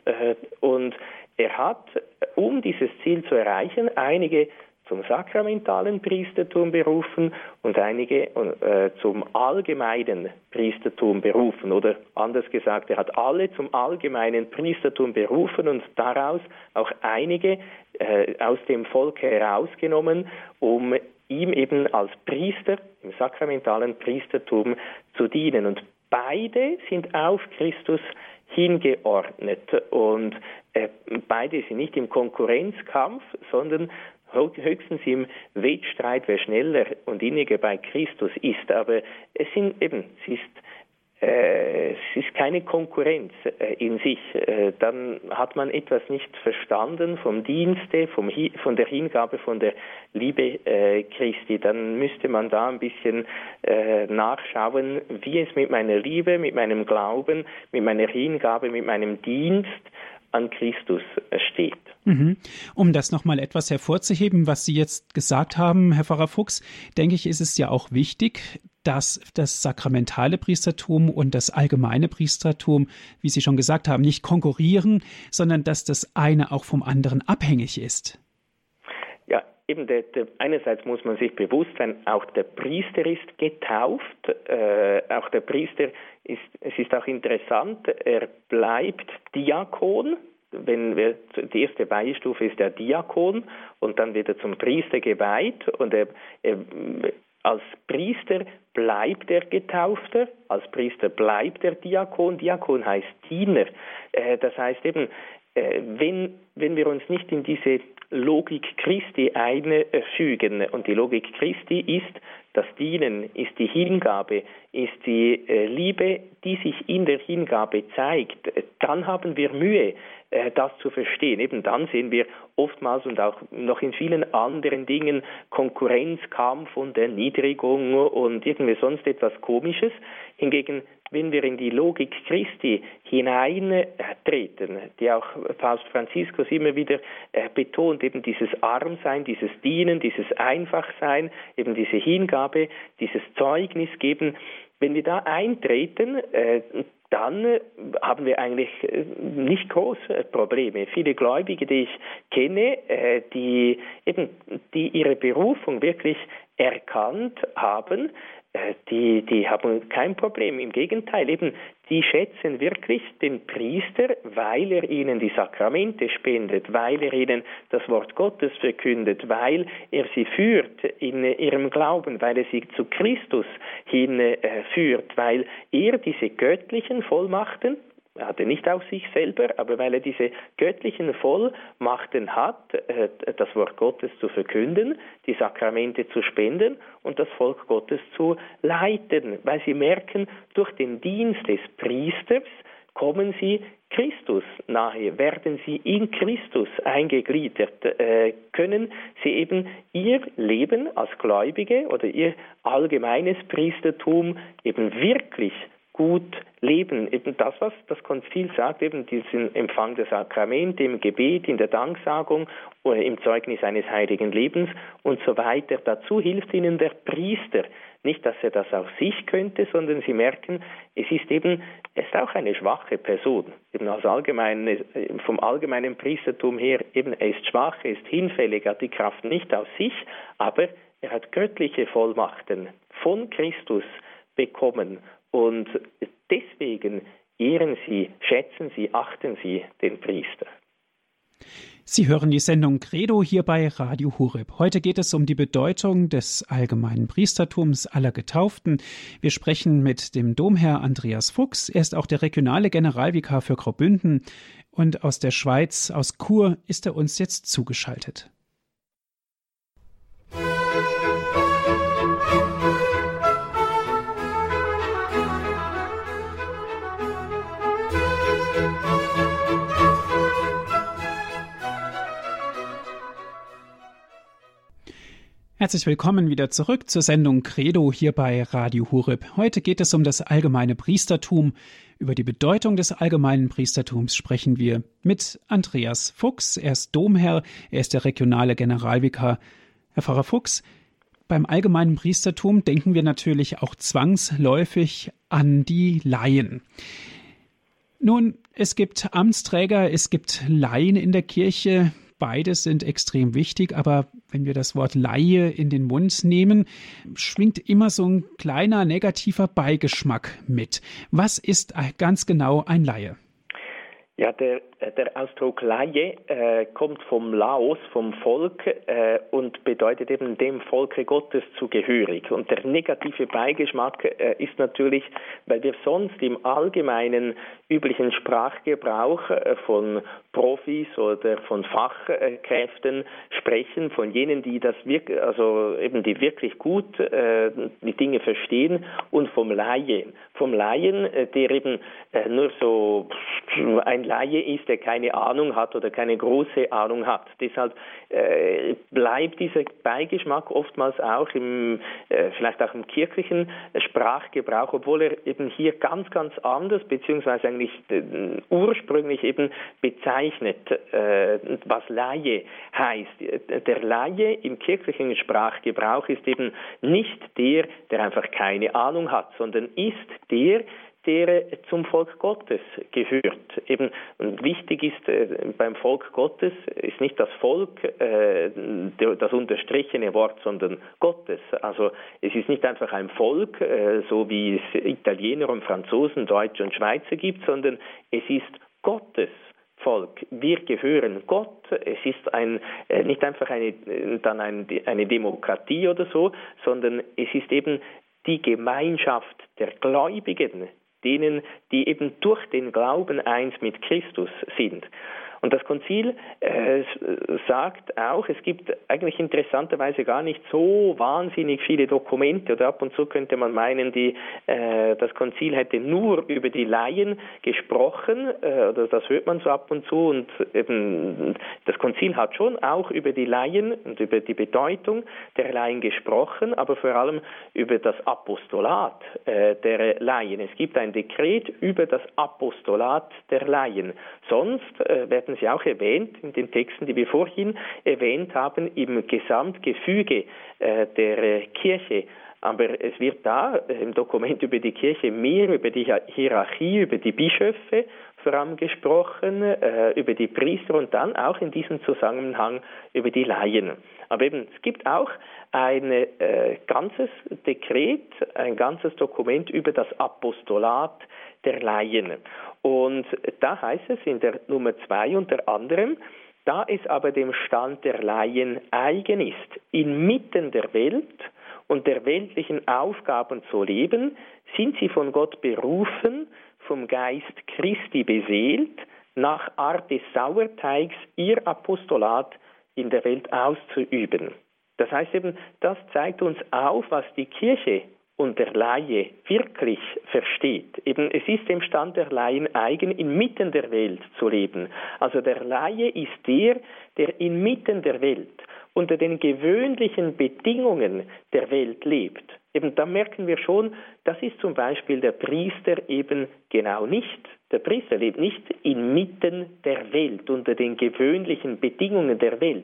Speaker 2: Und er hat, um dieses Ziel zu erreichen, einige zum sakramentalen Priestertum berufen und einige zum allgemeinen Priestertum berufen. Oder anders gesagt, er hat alle zum allgemeinen Priestertum berufen und daraus auch einige aus dem Volk herausgenommen, um ihm eben als Priester im sakramentalen Priestertum zu dienen. Und beide sind auf Christus hingeordnet und beide sind nicht im Konkurrenzkampf, sondern höchstens im Wettstreit, wer schneller und inniger bei Christus ist. Aber es ist keine Konkurrenz in sich. Dann hat man etwas nicht verstanden vom Dienste, von der Hingabe, von der Liebe Christi. Dann müsste man da ein bisschen nachschauen, wie es mit meiner Liebe, mit meinem Glauben, mit meiner Hingabe, mit meinem Dienst an Christus steht.
Speaker 1: Um das nochmal etwas hervorzuheben, was Sie jetzt gesagt haben, Herr Pfarrer Fuchs, denke ich, ist es ja auch wichtig, dass das sakramentale Priestertum und das allgemeine Priestertum, wie Sie schon gesagt haben, nicht konkurrieren, sondern dass das eine auch vom anderen abhängig ist.
Speaker 2: Ja, eben einerseits muss man sich bewusst sein, auch der Priester ist getauft, auch der Priester es ist auch interessant, er bleibt Diakon. Die erste Weihestufe ist der Diakon und dann wird er zum Priester geweiht und er als Priester bleibt er Getaufter, als Priester bleibt er Diakon. Diakon heißt Diener. Das heißt eben, wenn wir uns nicht in diese Logik Christi einfügen, und die Logik Christi ist das Dienen, ist die Hingabe, ist die Liebe, die sich in der Hingabe zeigt, dann haben wir Mühe, das zu verstehen. Eben dann sehen wir oftmals und auch noch in vielen anderen Dingen Konkurrenzkampf und Erniedrigung und irgendwie sonst etwas Komisches. Hingegen, wenn wir in die Logik Christi hineintreten, die auch Papst Franziskus immer wieder betont, eben dieses Armsein, dieses Dienen, dieses Einfachsein, eben diese Hingabe, dieses Zeugnis geben, wenn wir da eintreten, dann haben wir eigentlich nicht große Probleme. Viele Gläubige, die ich kenne, die ihre Berufung wirklich erkannt haben, die haben kein Problem. Im Gegenteil, eben, die schätzen wirklich den Priester, weil er ihnen die Sakramente spendet, weil er ihnen das Wort Gottes verkündet, weil er sie führt in ihrem Glauben, weil er sie zu Christus hinführt, weil er diese göttlichen Vollmachten, er hatte nicht auf sich selber, aber weil er diese göttlichen Vollmachten hat, das Wort Gottes zu verkünden, die Sakramente zu spenden und das Volk Gottes zu leiten, weil sie merken, durch den Dienst des Priesters kommen sie Christus nahe, werden sie in Christus eingegliedert, können sie eben ihr Leben als Gläubige oder ihr allgemeines Priestertum eben wirklich gut leben. Eben das, was das Konzil sagt, eben diesen Empfang der Sakramente, im Gebet, in der Danksagung oder im Zeugnis eines heiligen Lebens und so weiter. Dazu hilft ihnen der Priester. Nicht, dass er das auf sich könnte, sondern sie merken, er ist auch eine schwache Person. Eben vom allgemeinen Priestertum her, eben er ist schwach, er ist hinfällig, hat die Kraft nicht aus sich, aber er hat göttliche Vollmachten von Christus bekommen. Und deswegen ehren Sie, schätzen Sie, achten Sie den Priester.
Speaker 1: Sie hören die Sendung Credo hier bei Radio Horeb. Heute geht es um die Bedeutung des allgemeinen Priestertums aller Getauften. Wir sprechen mit dem Domherr Andreas Fuchs. Er ist auch der regionale Generalvikar für Graubünden. Und aus der Schweiz, aus Chur, ist er uns jetzt zugeschaltet. Herzlich willkommen wieder zurück zur Sendung Credo hier bei Radio Horeb. Heute geht es um das allgemeine Priestertum. Über die Bedeutung des allgemeinen Priestertums sprechen wir mit Andreas Fuchs. Er ist Domherr, er ist der regionale Generalvikar. Herr Pfarrer Fuchs, beim allgemeinen Priestertum denken wir natürlich auch zwangsläufig an die Laien. Nun, es gibt Amtsträger, es gibt Laien in der Kirche. Beides sind extrem wichtig, aber wenn wir das Wort Laie in den Mund nehmen, schwingt immer so ein kleiner negativer Beigeschmack mit. Was ist ganz genau ein Laie?
Speaker 2: Ja, der Ausdruck Laie kommt vom Laos, vom Volk und bedeutet eben dem Volke Gottes zugehörig. Und der negative Beigeschmack ist natürlich, weil wir sonst im allgemeinen üblichen Sprachgebrauch von Profis oder von Fachkräften sprechen, von jenen, die die wirklich gut die Dinge verstehen, und vom Laien. Vom Laien, der eben nur so ein Laie ist, der keine Ahnung hat oder keine große Ahnung hat. Deshalb bleibt dieser Beigeschmack oftmals auch vielleicht auch im kirchlichen Sprachgebrauch, obwohl er eben hier ganz, ganz anders, beziehungsweise eigentlich ursprünglich eben bezeichnet, was Laie heißt. Der Laie im kirchlichen Sprachgebrauch ist eben nicht der einfach keine Ahnung hat, sondern ist der zum Volk Gottes gehört. Und wichtig ist beim Volk Gottes ist nicht das Volk, das unterstrichene Wort, sondern Gottes. Also es ist nicht einfach ein Volk, so wie es Italiener und Franzosen, Deutsche und Schweizer gibt, sondern es ist Gottes Volk. Wir gehören Gott. Es ist nicht einfach eine Demokratie oder so, sondern es ist eben die Gemeinschaft der Gläubigen, denen, die eben durch den Glauben eins mit Christus sind. Und das Konzil sagt auch, es gibt eigentlich interessanterweise gar nicht so wahnsinnig viele Dokumente, oder ab und zu könnte man meinen, das Konzil hätte nur über die Laien gesprochen, oder das hört man so ab und zu, und eben das Konzil hat schon auch über die Laien und über die Bedeutung der Laien gesprochen, aber vor allem über das Apostolat der Laien. Es gibt ein Dekret über das Apostolat der Laien. Sonst werden sie auch erwähnt in den Texten, die wir vorhin erwähnt haben, im Gesamtgefüge der Kirche. Aber es wird da im Dokument über die Kirche mehr über die Hierarchie, über die Bischöfe vor allem gesprochen, über die Priester und dann auch in diesem Zusammenhang über die Laien. Aber eben, es gibt auch ein ganzes Dekret, ein ganzes Dokument über das Apostolat der Laien. Und da heißt es in der Nummer 2 unter anderem, da es aber dem Stand der Laien eigen ist, inmitten der Welt und der weltlichen Aufgaben zu leben, sind sie von Gott berufen, vom Geist Christi beseelt, nach Art des Sauerteigs ihr Apostolat in der Welt auszuüben. Das heißt eben, das zeigt uns auf, was die Kirche und der Laie wirklich versteht. Eben, es ist dem Stand der Laien eigen, inmitten der Welt zu leben. Also der Laie ist der inmitten der Welt, unter den gewöhnlichen Bedingungen der Welt lebt. Eben, da merken wir schon, das ist zum Beispiel der Priester eben genau nicht. Der Priester lebt nicht inmitten der Welt, unter den gewöhnlichen Bedingungen der Welt.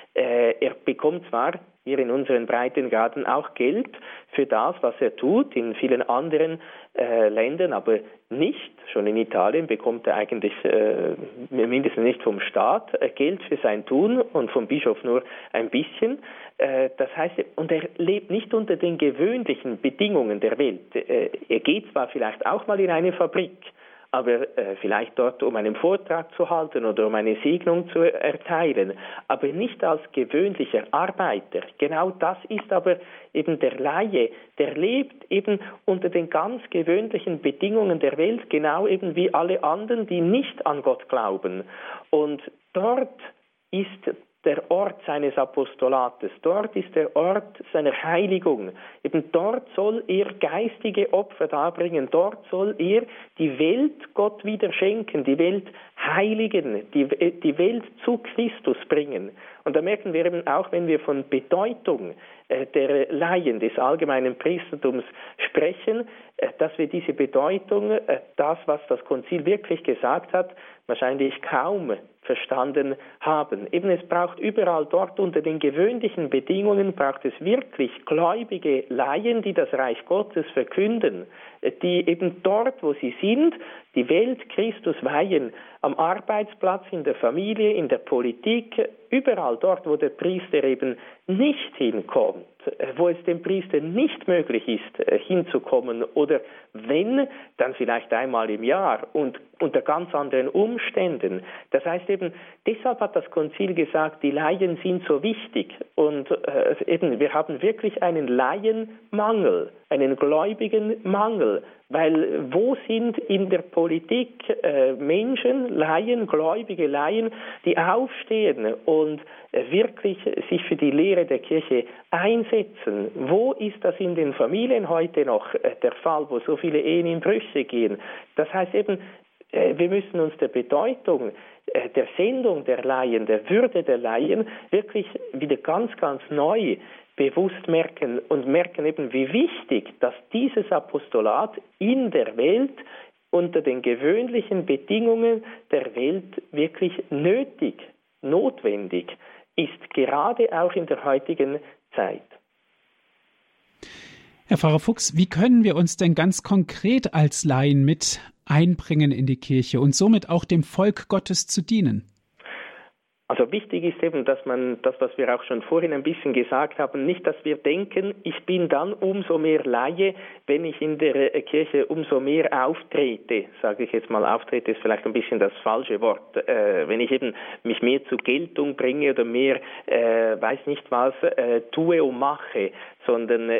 Speaker 2: Er bekommt zwar hier in unseren Breitengraden auch Geld für das, was er tut, in vielen anderen Ländern, aber nicht. Schon in Italien bekommt er eigentlich mindestens nicht vom Staat Geld für sein Tun und vom Bischof nur ein bisschen. Das heißt, und er lebt nicht unter den gewöhnlichen Bedingungen der Welt. Er geht zwar vielleicht auch mal in eine Fabrik, aber vielleicht dort, um einen Vortrag zu halten oder um eine Segnung zu erteilen, aber nicht als gewöhnlicher Arbeiter. Genau das ist aber eben der Laie, der lebt eben unter den ganz gewöhnlichen Bedingungen der Welt, genau eben wie alle anderen, die nicht an Gott glauben. Und dort ist der Ort seines Apostolates, dort ist der Ort seiner Heiligung. Eben dort soll er geistige Opfer darbringen, dort soll er die Welt Gott wieder schenken, die Welt heiligen, die Welt zu Christus bringen. Und da merken wir eben auch, wenn wir von Bedeutung der Laien, des allgemeinen Priestertums sprechen, dass wir diese Bedeutung, das, was das Konzil wirklich gesagt hat, wahrscheinlich kaum verstanden haben. Eben es braucht überall dort unter den gewöhnlichen Bedingungen, braucht es wirklich gläubige Laien, die das Reich Gottes verkünden, die eben dort, wo sie sind, die Welt Christus weihen, am Arbeitsplatz, in der Familie, in der Politik, überall dort, wo der Priester eben nicht hinkommt, wo es dem Priester nicht möglich ist, hinzukommen oder wenn, dann vielleicht einmal im Jahr und unter ganz anderen Umständen. Das heißt eben, deshalb hat das Konzil gesagt, die Laien sind so wichtig und eben, wir haben wirklich einen Laienmangel, einen gläubigen Mangel, weil wo sind in der Politik Menschen, Laien, gläubige Laien, die aufstehen und wirklich sich für die Lehre der Kirche einsetzen? Wo ist das in den Familien heute noch der Fall, wo so viele Ehen in Brüche gehen? Das heißt eben, wir müssen uns der Bedeutung der Sendung der Laien, der Würde der Laien wirklich wieder ganz, ganz neu bewusst merken und merken eben, wie wichtig, dass dieses Apostolat in der Welt unter den gewöhnlichen Bedingungen der Welt wirklich notwendig ist, gerade auch in der heutigen Zeit.
Speaker 1: Herr Pfarrer Fuchs, wie können wir uns denn ganz konkret als Laien mit einbringen in die Kirche und somit auch dem Volk Gottes zu dienen?
Speaker 2: Also wichtig ist eben, dass man das, was wir auch schon vorhin ein bisschen gesagt haben, nicht, dass wir denken, ich bin dann umso mehr Laie, wenn ich in der Kirche umso mehr auftrete. Sage ich jetzt mal, auftrete ist vielleicht ein bisschen das falsche Wort. Wenn ich eben mich mehr zur Geltung bringe oder mehr, weiß nicht was, tue und mache, sondern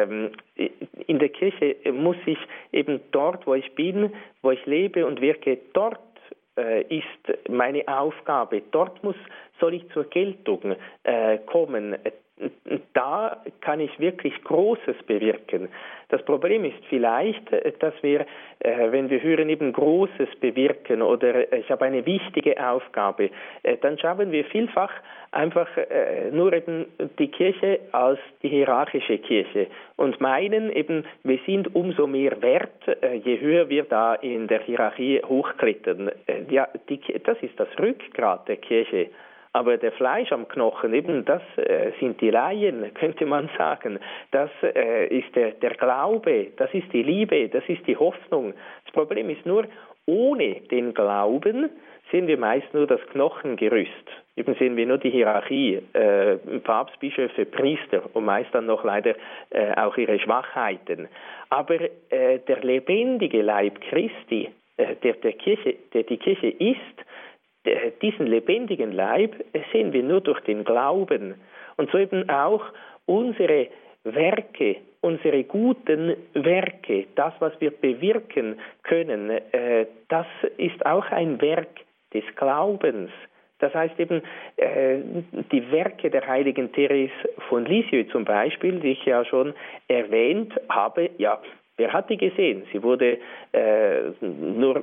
Speaker 2: in der Kirche muss ich eben dort, wo ich bin, wo ich lebe und wirke, dort ist meine Aufgabe. Dort soll ich zur Geltung kommen. Da kann ich wirklich Großes bewirken. Das Problem ist vielleicht, dass wir, wenn wir hören, eben Großes bewirken oder ich habe eine wichtige Aufgabe, dann schauen wir vielfach einfach nur eben die Kirche als die hierarchische Kirche und meinen eben, wir sind umso mehr wert, je höher wir da in der Hierarchie hochklettern. Ja, das ist das Rückgrat der Kirche. Aber der Fleisch am Knochen, eben das sind die Laien, könnte man sagen. Das ist der Glaube, das ist die Liebe, das ist die Hoffnung. Das Problem ist nur, ohne den Glauben sehen wir meist nur das Knochengerüst. Eben sehen wir nur die Hierarchie, Papst, Bischöfe, Priester und meist dann noch leider auch ihre Schwachheiten. Aber der lebendige Leib Christi, der die Kirche ist, diesen lebendigen Leib sehen wir nur durch den Glauben. Und so eben auch unsere Werke, unsere guten Werke, das, was wir bewirken können, das ist auch ein Werk des Glaubens. Das heißt eben, die Werke der heiligen Therese von Lisieux zum Beispiel, die ich ja schon erwähnt habe, ja, wer hat die gesehen? Sie wurde nur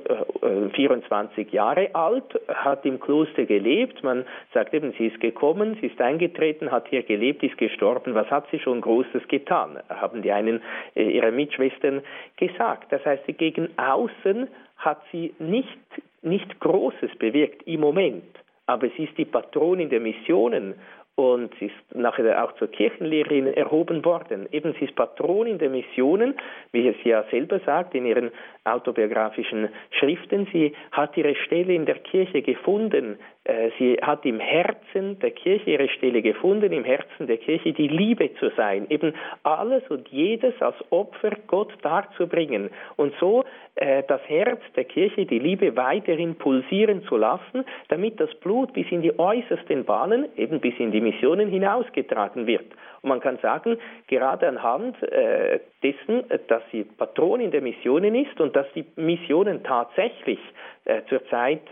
Speaker 2: 24 Jahre alt, hat im Kloster gelebt. Man sagt eben, sie ist gekommen, sie ist eingetreten, hat hier gelebt, ist gestorben. Was hat sie schon Großes getan? Haben die einen ihrer Mitschwestern gesagt. Das heißt, gegen außen hat sie nicht Großes bewirkt im Moment. Aber sie ist die Patronin der Missionen. Und sie ist nachher auch zur Kirchenlehrerin erhoben worden. Eben, sie ist Patronin der Missionen, wie es ja selber sagt in ihren autobiografischen Schriften. Sie hat ihre Stelle in der Kirche gefunden. Sie hat im Herzen der Kirche ihre Stelle gefunden, im Herzen der Kirche die Liebe zu sein. Eben alles und jedes als Opfer Gott darzubringen. Und so das Herz der Kirche, die Liebe weiterhin pulsieren zu lassen, damit das Blut bis in die äußersten Bahnen, eben bis in die Missionen hinausgetragen wird. Und man kann sagen, gerade anhand dessen, dass sie Patronin der Missionen ist und dass die Missionen tatsächlich zur Zeit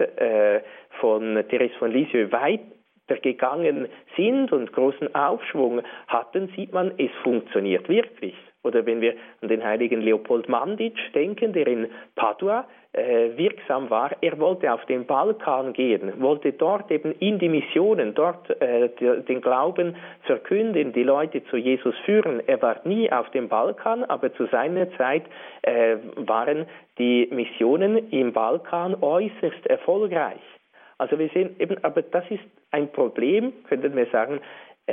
Speaker 2: von Therese von Lisieux weitergegangen sind und großen Aufschwung hatten, sieht man, es funktioniert wirklich. Oder wenn wir an den heiligen Leopold Mandic denken, der in Padua wirksam war, er wollte auf den Balkan gehen, wollte dort eben in die Missionen, dort den Glauben verkünden, die Leute zu Jesus führen. Er war nie auf dem Balkan, aber zu seiner Zeit waren die Missionen im Balkan äußerst erfolgreich. Also wir sehen eben, aber das ist ein Problem, könnten wir sagen,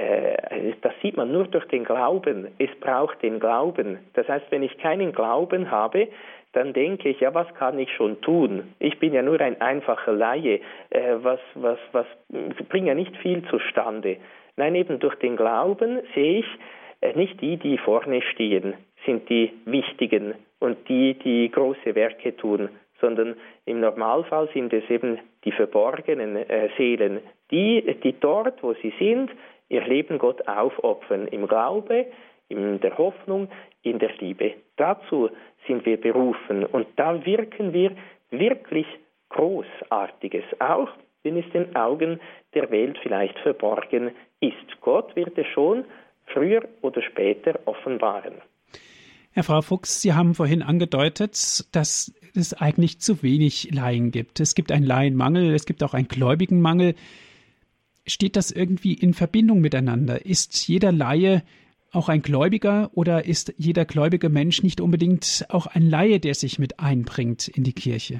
Speaker 2: das sieht man nur durch den Glauben. Es braucht den Glauben. Das heißt, wenn ich keinen Glauben habe, dann denke ich, ja, was kann ich schon tun? Ich bin ja nur ein einfacher Laie. Was bringt ja nicht viel zustande. Nein, eben durch den Glauben sehe ich, nicht die vorne stehen, sind die Wichtigen und die große Werke tun, sondern im Normalfall sind es eben die verborgenen Seelen, die dort, wo sie sind, ihr Leben Gott aufopfern, im Glaube, in der Hoffnung, in der Liebe. Dazu sind wir berufen und da wirken wir wirklich Großartiges, auch wenn es den Augen der Welt vielleicht verborgen ist. Gott wird es schon früher oder später offenbaren.
Speaker 1: Herr Frau Fuchs, Sie haben vorhin angedeutet, dass es eigentlich zu wenig Laien gibt. Es gibt einen Laienmangel, es gibt auch einen Gläubigenmangel. Steht das irgendwie in Verbindung miteinander? Ist jeder Laie auch ein Gläubiger oder ist jeder gläubige Mensch nicht unbedingt auch ein Laie, der sich mit einbringt in die Kirche?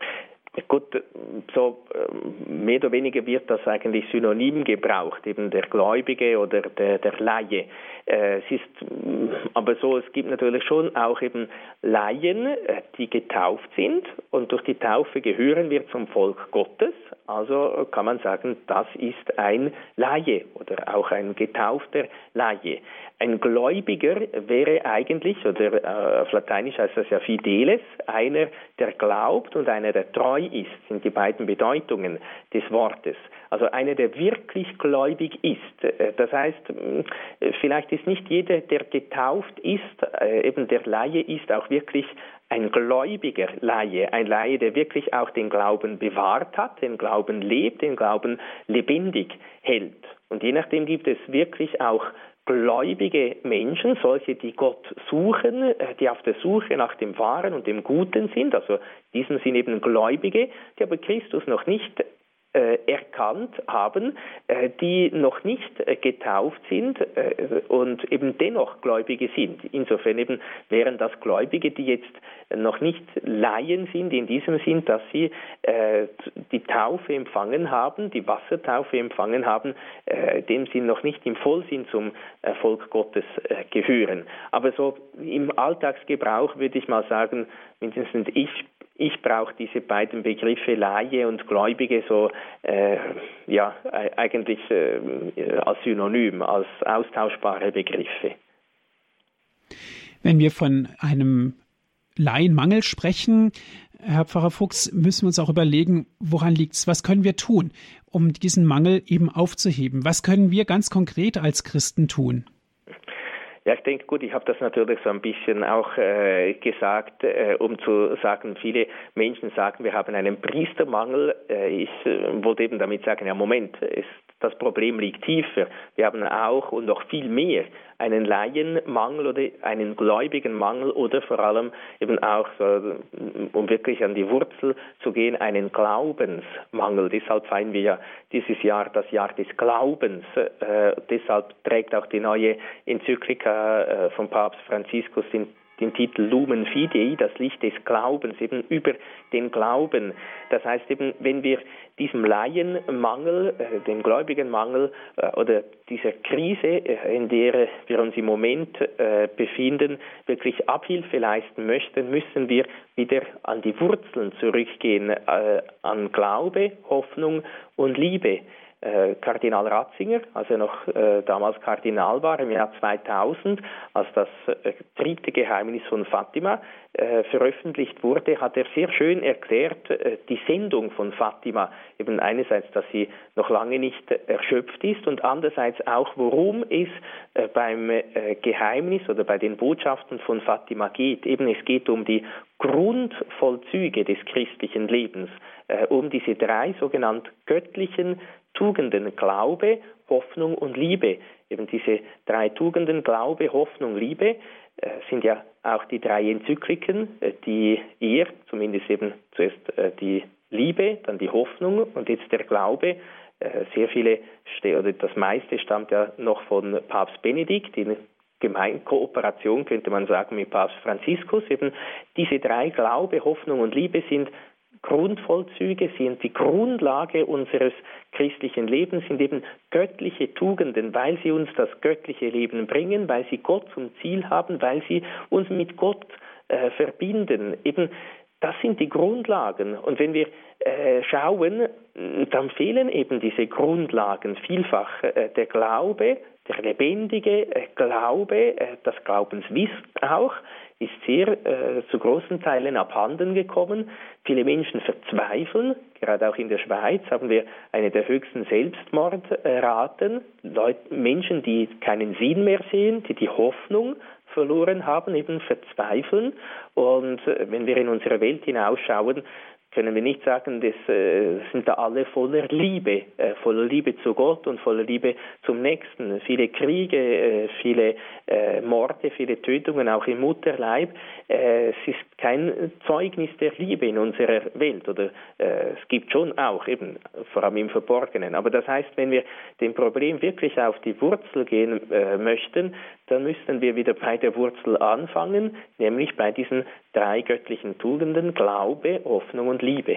Speaker 2: Gut, so mehr oder weniger wird das eigentlich synonym gebraucht, eben der Gläubige oder der Laie. Es ist aber so, es gibt natürlich schon auch eben Laien, die getauft sind und durch die Taufe gehören wir zum Volk Gottes. Also kann man sagen, das ist ein Laie oder auch ein getaufter Laie. Ein Gläubiger wäre eigentlich, oder auf Lateinisch heißt das ja Fideles, einer, der glaubt und einer, der treu ist, sind die beiden Bedeutungen des Wortes. Also einer, der wirklich gläubig ist. Das heißt, vielleicht ist nicht jeder, der getauft ist, eben der Laie ist auch wirklich ein gläubiger Laie, ein Laie, der wirklich auch den Glauben bewahrt hat, den Glauben lebt, den Glauben lebendig hält. Und je nachdem gibt es wirklich auch gläubige Menschen, solche, die Gott suchen, die auf der Suche nach dem Wahren und dem Guten sind, also diesen sind eben Gläubige, die aber Christus noch nicht erkannt haben, die noch nicht getauft sind und eben dennoch Gläubige sind. Insofern eben wären das Gläubige, die jetzt noch nicht Laien sind, in diesem Sinn, dass sie die Taufe empfangen haben, die Wassertaufe empfangen haben, dem sie noch nicht im Vollsinn zum Volk Gottes gehören. Aber so im Alltagsgebrauch würde ich mal sagen, mindestens ich brauche diese beiden Begriffe Laie und Gläubige so eigentlich als Synonym, als austauschbare Begriffe.
Speaker 1: Wenn wir von einem Laienmangel sprechen, Herr Pfarrer Fuchs, müssen wir uns auch überlegen, woran liegt es? Was können wir tun, um diesen Mangel eben aufzuheben? Was können wir ganz konkret als Christen tun?
Speaker 2: Ja, ich denke, gut, ich habe das natürlich so ein bisschen auch gesagt, um zu sagen, viele Menschen sagen, wir haben einen Priestermangel. Ich wollte eben damit sagen, ja Moment, das Problem liegt tiefer. Wir haben auch und noch viel mehr einen Laienmangel oder einen gläubigen Mangel oder vor allem eben auch, so, um wirklich an die Wurzel zu gehen, einen Glaubensmangel. Deshalb feiern wir ja dieses Jahr das Jahr des Glaubens. Deshalb trägt auch die neue Enzyklika von Papst Franziskus den Titel Lumen Fidei, das Licht des Glaubens, eben über den Glauben. Das heißt eben, wenn wir diesem Laienmangel, dem Gläubigenmangel oder dieser Krise, in der wir uns im Moment befinden, wirklich Abhilfe leisten möchten, müssen wir wieder an die Wurzeln zurückgehen, an Glaube, Hoffnung und Liebe. Kardinal Ratzinger, als er noch damals Kardinal war, im Jahr 2000, als das dritte Geheimnis von Fatima veröffentlicht wurde, hat er sehr schön erklärt, die Sendung von Fatima, eben einerseits, dass sie noch lange nicht erschöpft ist und andererseits auch, worum es beim Geheimnis oder bei den Botschaften von Fatima geht. Eben es geht um die Grundvollzüge des christlichen Lebens, um diese drei sogenannten göttlichen Tugenden, Glaube, Hoffnung und Liebe. Eben diese drei Tugenden, Glaube, Hoffnung, Liebe, sind ja auch die drei Enzykliken, die zumindest eben zuerst die Liebe, dann die Hoffnung und jetzt der Glaube. Sehr viele, oder das meiste stammt ja noch von Papst Benedikt, in Gemeinkooperation könnte man sagen mit Papst Franziskus. Eben diese drei, Glaube, Hoffnung und Liebe, sind Grundvollzüge, sind die Grundlage unseres christlichen Lebens, sind eben göttliche Tugenden, weil sie uns das göttliche Leben bringen, weil sie Gott zum Ziel haben, weil sie uns mit Gott verbinden. Eben das sind die Grundlagen. Und wenn wir schauen, dann fehlen eben diese Grundlagen vielfach. Der Glaube, der lebendige Glaube, das Glaubenswissen auch, ist sehr zu großen Teilen abhanden gekommen. Viele Menschen verzweifeln, gerade auch in der Schweiz haben wir eine der höchsten Selbstmordraten. Menschen, die keinen Sinn mehr sehen, die die Hoffnung verloren haben, eben verzweifeln. Und wenn wir in unsere Welt hinausschauen, können wir nicht sagen, das sind da alle voller Liebe zu Gott und voller Liebe zum Nächsten. Viele Kriege, viele Morde, viele Tötungen, auch im Mutterleib. Es ist kein Zeugnis der Liebe in unserer Welt. Oder es gibt schon auch, eben vor allem im Verborgenen. Aber das heißt, wenn wir dem Problem wirklich auf die Wurzel gehen möchten, dann müssten wir wieder bei der Wurzel anfangen, nämlich bei diesen drei göttlichen Tugenden, Glaube, Hoffnung und Liebe.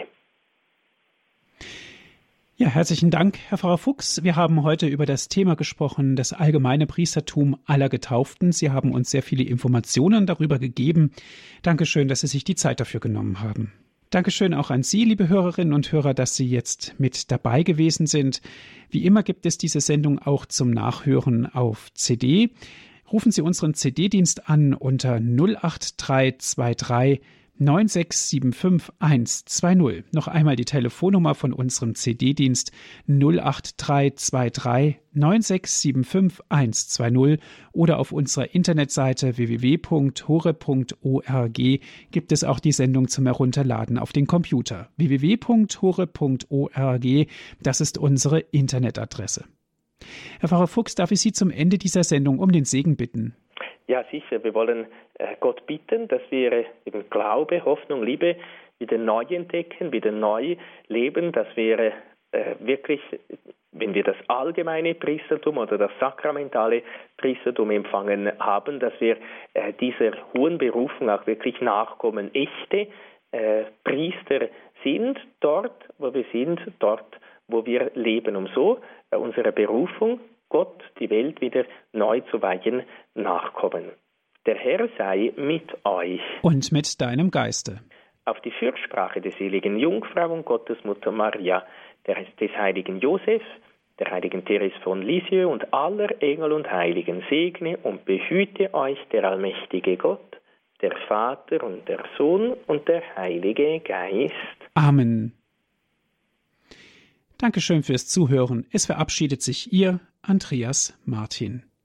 Speaker 1: Ja, herzlichen Dank, Herr Pfarrer Fuchs. Wir haben heute über das Thema gesprochen, das allgemeine Priestertum aller Getauften. Sie haben uns sehr viele Informationen darüber gegeben. Dankeschön, dass Sie sich die Zeit dafür genommen haben. Dankeschön auch an Sie, liebe Hörerinnen und Hörer, dass Sie jetzt mit dabei gewesen sind. Wie immer gibt es diese Sendung auch zum Nachhören auf CD. Rufen Sie unseren CD-Dienst an unter 08323 9675 120. Noch einmal die Telefonnummer von unserem CD-Dienst 08323 9675 120 oder auf unserer Internetseite www.horeb.org gibt es auch die Sendung zum Herunterladen auf den Computer. www.horeb.org, das ist unsere Internetadresse. Herr Pfarrer Fuchs, darf ich Sie zum Ende dieser Sendung um den Segen bitten?
Speaker 2: Ja, sicher. Wir wollen Gott bitten, dass wir eben Glaube, Hoffnung, Liebe wieder neu entdecken, wieder neu leben, dass wir wirklich, wenn wir das allgemeine Priestertum oder das sakramentale Priestertum empfangen haben, dass wir dieser hohen Berufung auch wirklich nachkommen, echte Priester sind dort, wo wir sind, dort, wo wir leben, um so unsere Berufung, Gott, die Welt wieder neu zu weihen, nachkommen. Der Herr sei mit euch.
Speaker 1: Und mit deinem Geiste.
Speaker 2: Auf die Fürsprache der seligen Jungfrau und Gottesmutter Maria, des heiligen Josef, der heiligen Therese von Lisieux und aller Engel und Heiligen segne und behüte euch der allmächtige Gott, der Vater und der Sohn und der Heilige Geist.
Speaker 1: Amen. Dankeschön fürs Zuhören. Es verabschiedet sich Ihr Andreas Martin.